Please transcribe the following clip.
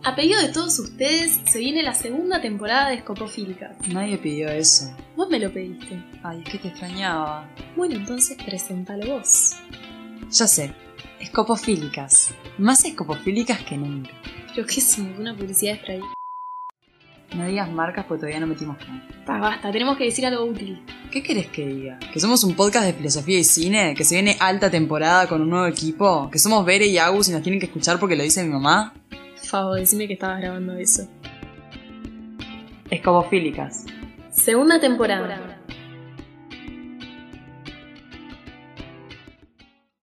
A pedido de todos ustedes, se viene la segunda temporada de Escopofílicas. Nadie pidió eso. Vos me lo pediste. Ay, es que te extrañaba. Bueno, entonces preséntalo vos. Ya sé, Escopofílicas. Más escopofílicas que nunca. ¿Pero qué es una publicidad extraída? No digas marcas porque todavía no metimos nada. Basta, tenemos que decir algo útil. ¿Qué querés que diga? ¿Que somos un podcast de filosofía y cine? ¿Que se viene alta temporada con un nuevo equipo? ¿Que somos Bere y Agus y nos tienen que escuchar porque lo dice mi mamá? Fabo, decime que estabas grabando eso. Escopofílicas. Segunda temporada.